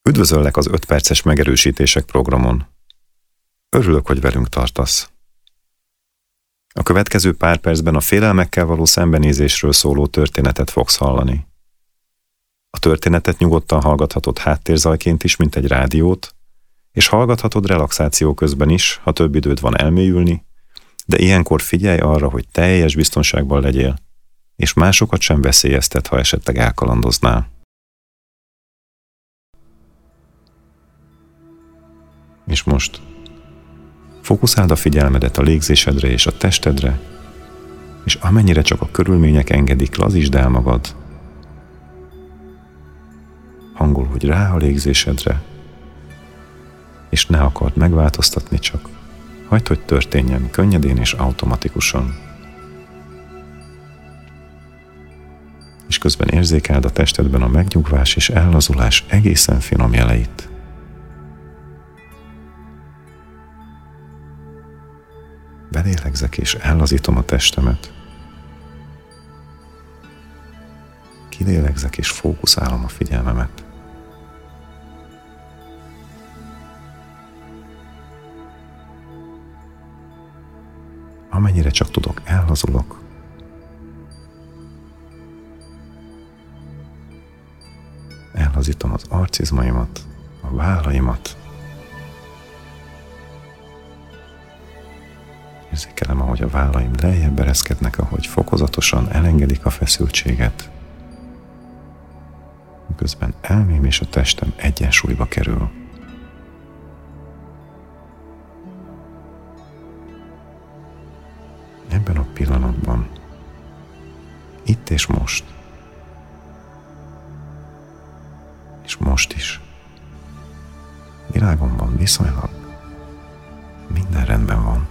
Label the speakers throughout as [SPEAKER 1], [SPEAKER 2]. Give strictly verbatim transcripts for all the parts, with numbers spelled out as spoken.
[SPEAKER 1] Üdvözöllek az öt perces megerősítések programon. Örülök, hogy velünk tartasz. A következő pár percben a félelmekkel való szembenézésről szóló történetet fogsz hallani. A történetet nyugodtan hallgathatod háttérzajként is, mint egy rádiót, és hallgathatod relaxáció közben is, ha több időd van elmélyülni, de ilyenkor figyelj arra, hogy teljes biztonságban legyél, és másokat sem veszélyeztet, ha esetleg elkalandoznál. És most fókuszáld a figyelmedet a légzésedre és a testedre, és amennyire csak a körülmények engedik, lazítsd el magad. Hangolódj rá a légzésedre, és ne akard megváltoztatni, csak hagyd, hogy történjen könnyedén és automatikusan. És közben érzékeld a testedben a megnyugvás és ellazulás egészen finom jeleit. Belélegzek és ellazítom a testemet. Kilélegzek és fókuszálom a figyelmemet. Amennyire csak tudok, ellazulok. Ellazítom az arcizmaimat, a vállaimat. Érzékelem, ahogy a vállaim lejjebb ereszkednek, ahogy fokozatosan elengedik a feszültséget. Közben elmém és a testem egyensúlyba kerül. Ebben a pillanatban, itt és most, és most is, világomban viszonylag minden rendben van.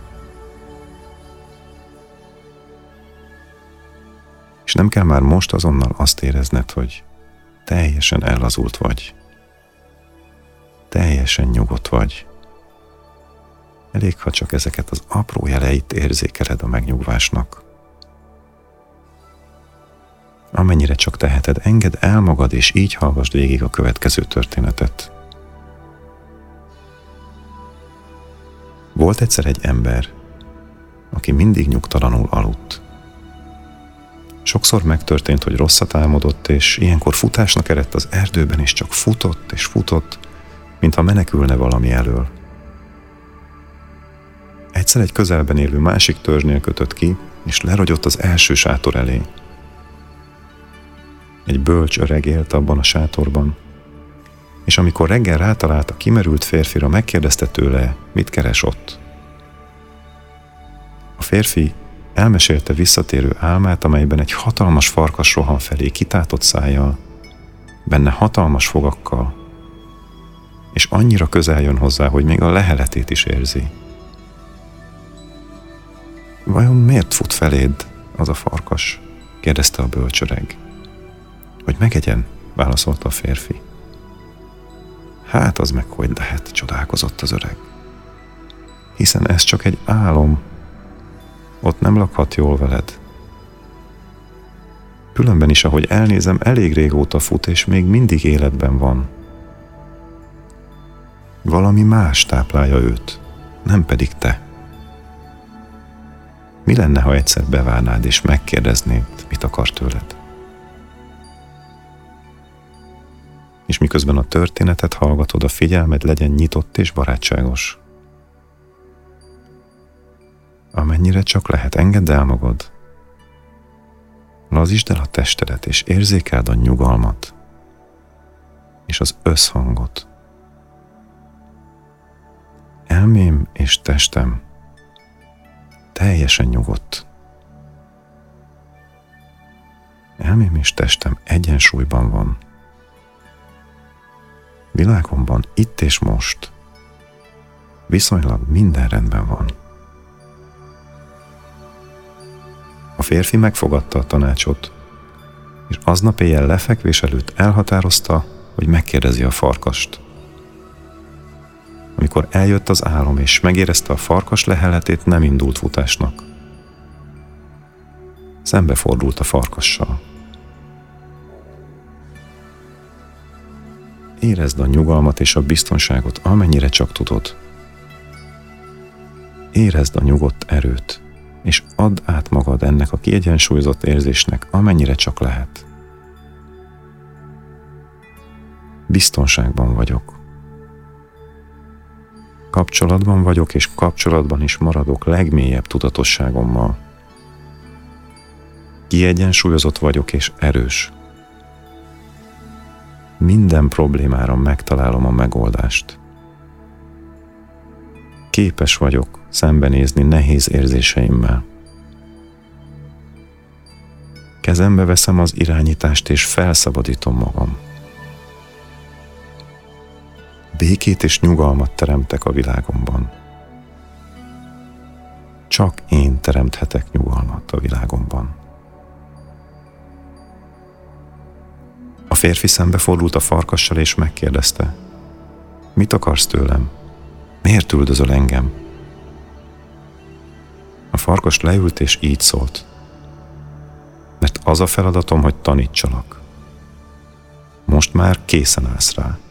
[SPEAKER 1] És nem kell már most azonnal azt érezned, hogy teljesen ellazult vagy. Teljesen nyugodt vagy. Elég, ha csak ezeket az apró jeleit érzékeled a megnyugvásnak. Amennyire csak teheted, engedd el magad, és így hallgassd végig a következő történetet. Volt egyszer egy ember, aki mindig nyugtalanul aludt. Sokszor megtörtént, hogy rosszat álmodott, és ilyenkor futásnak eredt az erdőben, és csak futott és futott, mintha menekülne valami elől. Egyszer egy közelben élő másik törzsnél kötött ki, és lerogyott az első sátor elé. Egy bölcs öreg élt abban a sátorban, és amikor reggel rátalált a kimerült férfira, megkérdezte tőle, mit keres ott. A férfi elmesélte visszatérő álmát, amelyben egy hatalmas farkas rohan felé kitátott szájjal, benne hatalmas fogakkal, és annyira közel jön hozzá, hogy még a leheletét is érzi. Vajon miért fut feléd az a farkas? Kérdezte a bölcsöreg. Hogy megegyen, válaszolta a férfi. Hát az meg hogy lehet, csodálkozott az öreg. Hiszen ez csak egy álom. Ott nem lakhat jól veled. Különben is, ahogy elnézem, elég régóta fut, és még mindig életben van. Valami más táplálja őt, nem pedig te. Mi lenne, ha egyszer bevárnád és megkérdeznéd, mit akar tőled? És miközben a történetet hallgatod, a figyelmed legyen nyitott és barátságos. Amennyire csak lehet, engedd el magad. Lazítsd el a testedet, és érzékeld a nyugalmat, és az összhangot. Elmém és testem teljesen nyugodt. Elmém és testem egyensúlyban van. Világomban itt és most viszonylag minden rendben van. A férfi megfogadta a tanácsot, és aznap éjjel lefekvés előtt elhatározta, hogy megkérdezi a farkast. Amikor eljött az álom, és megérezte a farkas leheletét, nem indult futásnak. Szembefordult a farkassal. Érezd a nyugalmat és a biztonságot, amennyire csak tudod. Érezd a nyugodt erőt, és add át magad ennek a kiegyensúlyozott érzésnek, amennyire csak lehet. Biztonságban vagyok. Kapcsolatban vagyok, és kapcsolatban is maradok legmélyebb tudatosságommal. Kiegyensúlyozott vagyok, és erős. Minden problémára megtalálom a megoldást. Képes vagyok szembenézni nehéz érzéseimmel. Kezembe veszem az irányítást, és felszabadítom magam. Békét és nyugalmat teremtek a világomban. Csak én teremthetek nyugalmat a világomban. A férfi szembefordult a farkassal, és megkérdezte: mit akarsz tőlem? Miért üldözöl engem? A farkas leült, és így szólt: mert az a feladatom, hogy tanítsalak. Most már készen állsz rá.